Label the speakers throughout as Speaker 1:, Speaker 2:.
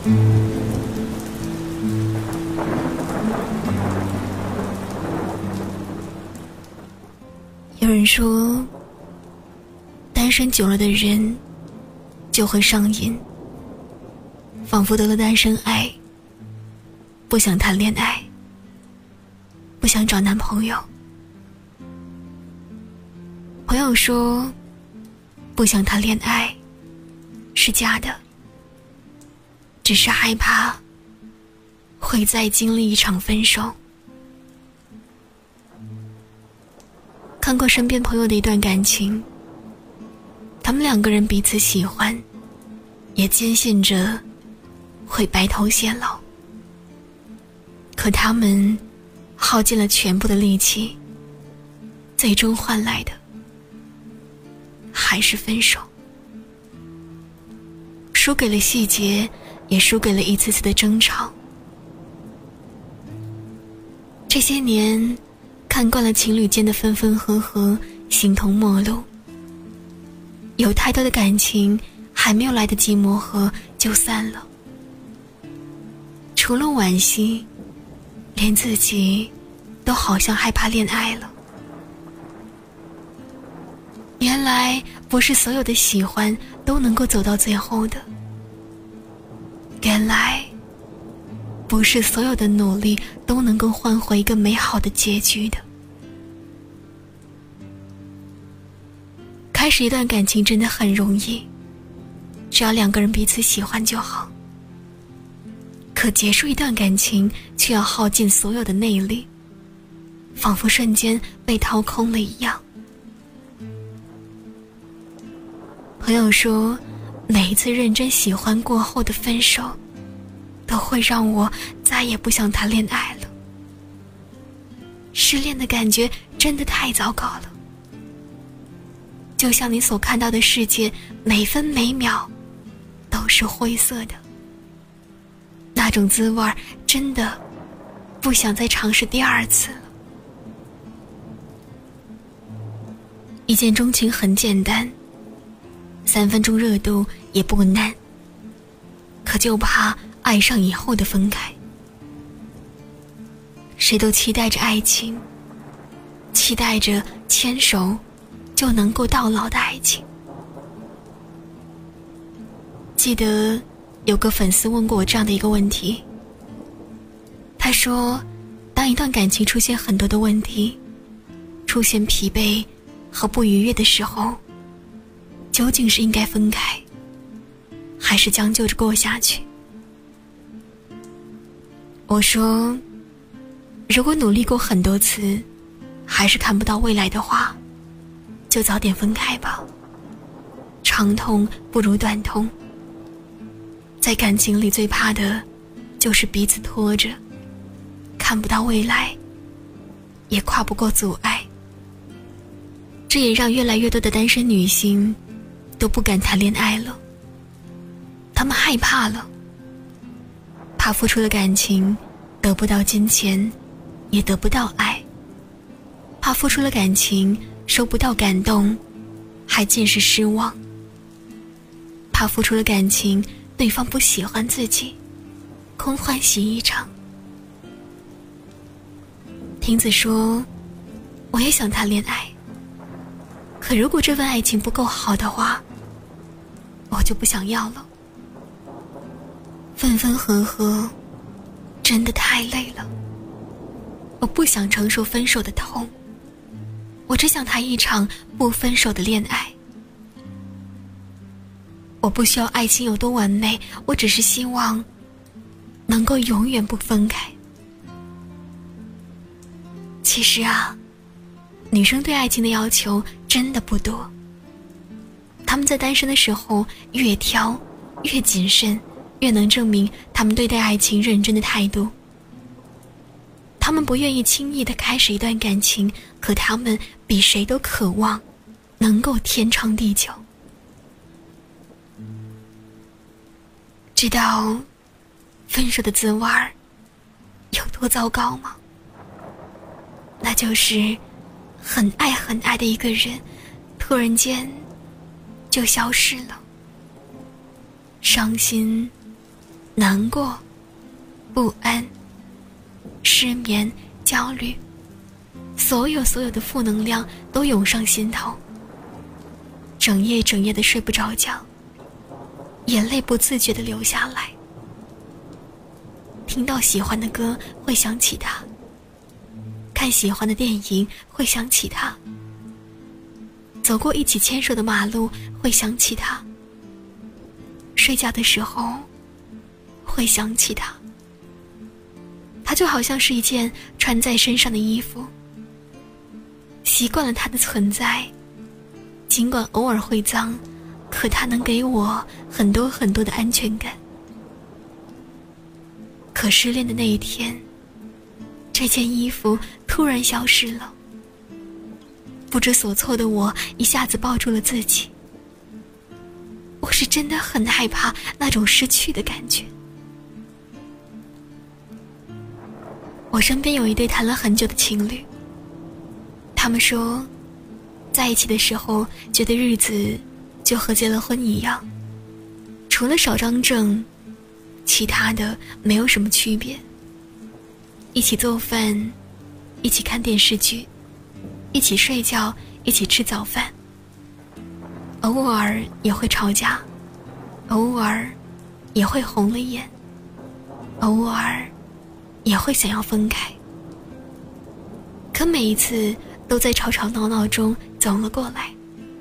Speaker 1: 有人说，单身久了的人就会上瘾，仿佛得了单身癌，不想谈恋爱，不想找男朋友。朋友说，不想谈恋爱是假的，只是害怕会再经历一场分手。看过身边朋友的一段感情，他们两个人彼此喜欢，也坚信着会白头偕老，可他们耗尽了全部的力气，最终换来的还是分手，输给了细节，也输给了一次次的争吵。这些年看惯了情侣间的分分合合，形同陌路，有太多的感情还没有来得及磨合就散了。除了惋惜，连自己都好像害怕恋爱了。原来不是所有的喜欢都能够走到最后的，原来不是所有的努力都能够换回一个美好的结局的。开始一段感情真的很容易，只要两个人彼此喜欢就好。可结束一段感情却要耗尽所有的内力，仿佛瞬间被掏空了一样。朋友说，每一次认真喜欢过后的分手，都会让我再也不想谈恋爱了。失恋的感觉真的太糟糕了，就像你所看到的世界，每分每秒都是灰色的。那种滋味真的不想再尝试第二次了。一见钟情很简单，3分钟热度也不难，可就怕爱上以后的分开。谁都期待着爱情，期待着牵手就能够到老的爱情。记得有个粉丝问过我这样的一个问题，他说，当一段感情出现很多的问题，出现疲惫和不愉悦的时候，究竟是应该分开，还是将就着过下去？我说，如果努力过很多次还是看不到未来的话，就早点分开吧。长痛不如短痛，在感情里最怕的就是彼此拖着，看不到未来，也跨不过阻碍。这也让越来越多的单身女性都不敢谈恋爱了。她们害怕了，怕付出的感情得不到金钱，也得不到爱，怕付出了感情收不到感动，还尽是失望，怕付出了感情对方不喜欢自己，空欢喜一场。亭子说，我也想谈恋爱，可如果这份爱情不够好的话，我就不想要了。分分合合真的太累了，我不想承受分手的痛，我只想谈一场不分手的恋爱。我不需要爱情有多完美，我只是希望能够永远不分开。其实啊，女生对爱情的要求真的不多，她们在单身的时候越挑越谨慎，越能证明她们对待爱情认真的态度。她们不愿意轻易地开始一段感情，可她们比谁都渴望能够天长地久。知道分手的滋味有多糟糕吗？那就是很爱很爱的一个人突然间就消失了，伤心难过、不安、失眠、焦虑，所有的负能量都涌上心头，整夜的睡不着觉，眼泪不自觉地流下来。听到喜欢的歌会想起他，看喜欢的电影会想起他，走过一起牵手的马路会想起他，睡觉的时候会想起他。他就好像是一件穿在身上的衣服，习惯了他的存在，尽管偶尔会脏，可他能给我很多的安全感。可失恋的那一天，这件衣服突然消失了，不知所措的我一下子抱住了自己。我是真的很害怕那种失去的感觉。我身边有一对谈了很久的情侣，他们说在一起的时候觉得日子就和结了婚一样，除了少张证，其他的没有什么区别。一起做饭，一起看电视剧，一起睡觉，一起吃早饭，偶尔也会吵架，偶尔也会红了眼，偶尔也会想要分开，可每一次都在吵吵闹闹中走了过来。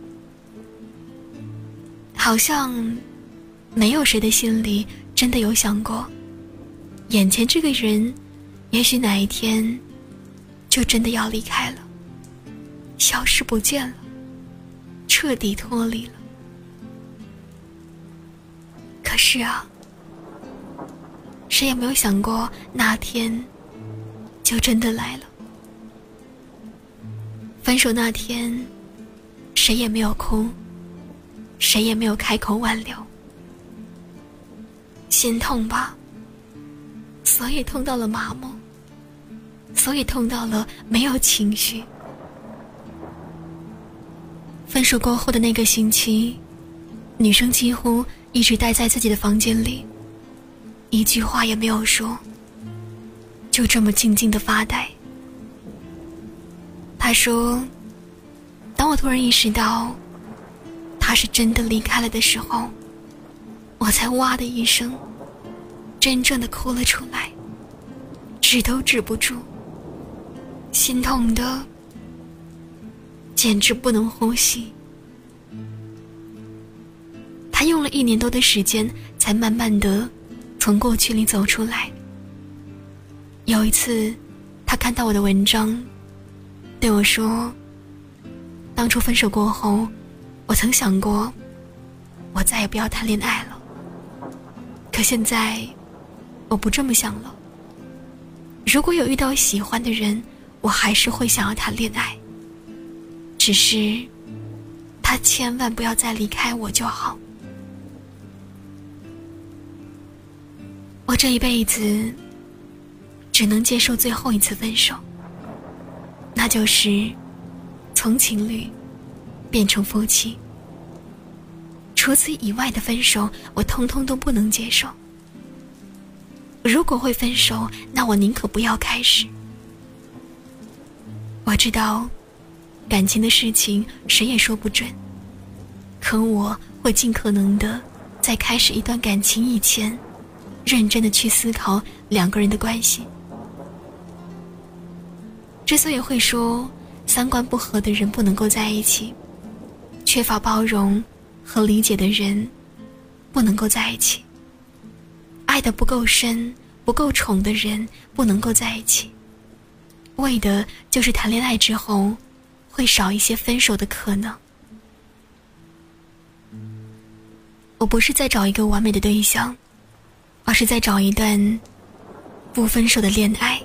Speaker 1: 好像没有谁的心里真的有想过，眼前这个人也许哪一天就真的要离开了，消失不见了，彻底脱离了。可是啊，谁也没有想过那天就真的来了。分手那天，谁也没有哭，谁也没有开口挽留。心痛吧，所以痛到了麻木，所以痛到了没有情绪。分手过后的那个星期，女生几乎一直待在自己的房间里，一句话也没有说，就这么静静地发呆。她说，当我突然意识到他是真的离开了的时候，我才哇的一声真正的哭了出来，止都止不住，心痛的简直不能呼吸。他用了1年多的时间才慢慢的从过去里走出来。有一次他看到我的文章，对我说，当初分手过后，我曾想过我再也不要谈恋爱了，可现在我不这么想了。如果有遇到喜欢的人，我还是会想要谈恋爱，只是他千万不要再离开我就好。我这一辈子只能接受最后一次分手，那就是从情侣变成夫妻。除此以外的分手，我通通都不能接受。如果会分手，那我宁可不要开始。我知道感情的事情谁也说不准，可我会尽可能的在开始一段感情以前，认真的去思考两个人的关系。之所以会说三观不合的人不能够在一起，缺乏包容和理解的人不能够在一起，爱得不够深不够宠的人不能够在一起，为的就是谈恋爱之后会少一些分手的可能。我不是在找一个完美的对象，而是在找一段不分手的恋爱。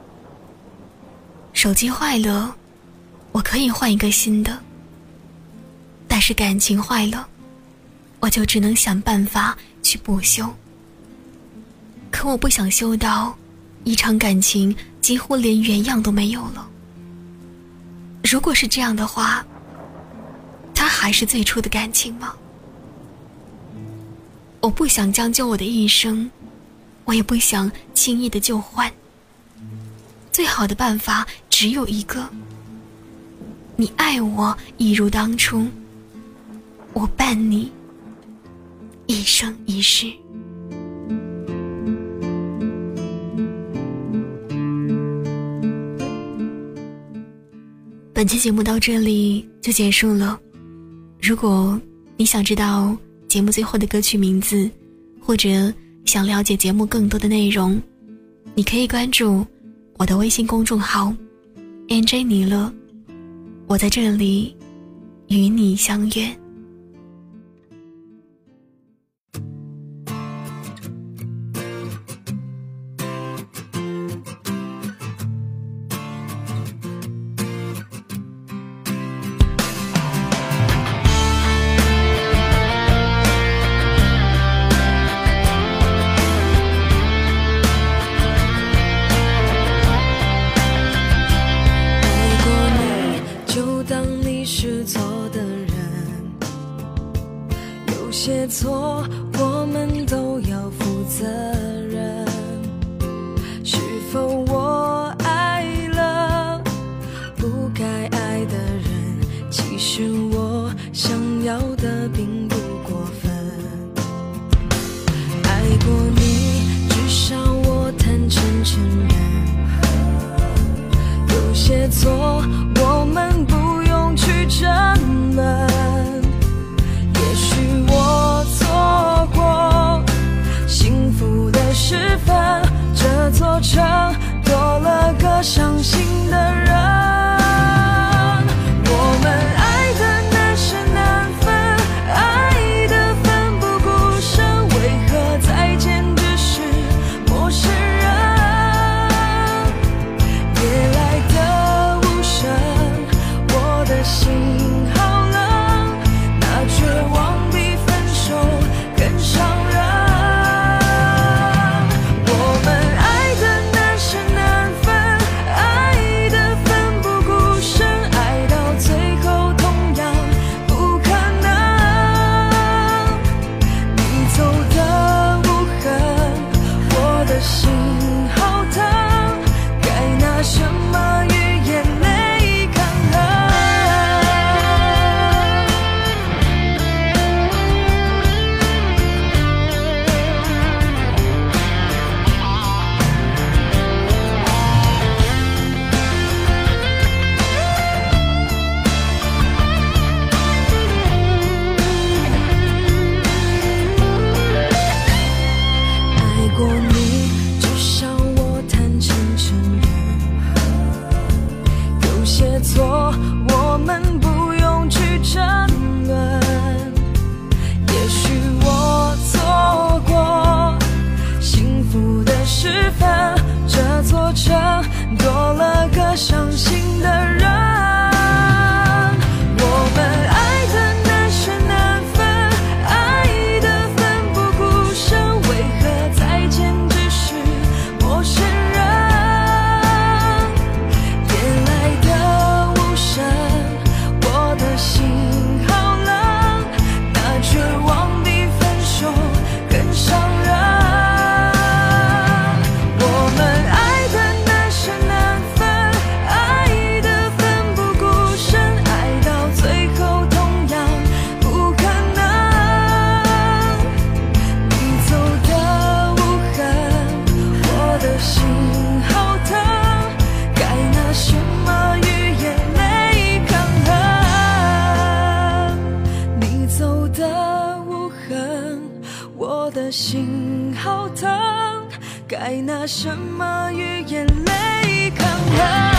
Speaker 1: 手机坏了，我可以换一个新的，但是感情坏了，我就只能想办法去补修。可我不想修到一场感情几乎连原样都没有了。如果是这样的话，它还是最初的感情吗？我不想将就我的一生我也不想轻易的就换。最好的办法只有一个，你爱我一如当初，我伴你一生一世。本期节目到这里就结束了。如果你想知道节目最后的歌曲名字，或者想了解节目更多的内容，你可以关注我的微信公众号 NJ 尼乐，我在这里与你相约。
Speaker 2: 有些错我们都要负责任，是否我爱了不该爱的人，其实我想要的并不过分。爱过你，至少我坦诚承认，有些错我们不用去争论，也许我错过幸福的时分，这座城多了个伤心的人。我们爱的难舍难分，爱的奋不顾身，为何再见只是陌生人？夜来的无声，我的心好冷，那绝望比分手更伤人。我们爱的难舍难分，爱的奋不顾身，爱到最后同样不可能。你走的无痕，我的心好疼，该拿什么与眼泪抗衡？爱过你，至少我坦诚承认，有些错我们不用去争论，也许我错过幸福的时分，这座城多了个伤心的人。我们爱的难舍难分，爱的奋不顾身，为何再见只是陌生人？夜来的无声，我的心好冷，那绝望比分手更伤人。我们爱的难舍难分，爱的奋不顾身，爱到最后同样不可能。你走的无痕，我的心好疼，该拿什么与眼泪抗衡？你走的无痕，我的心好疼，该拿什么与眼泪抗衡？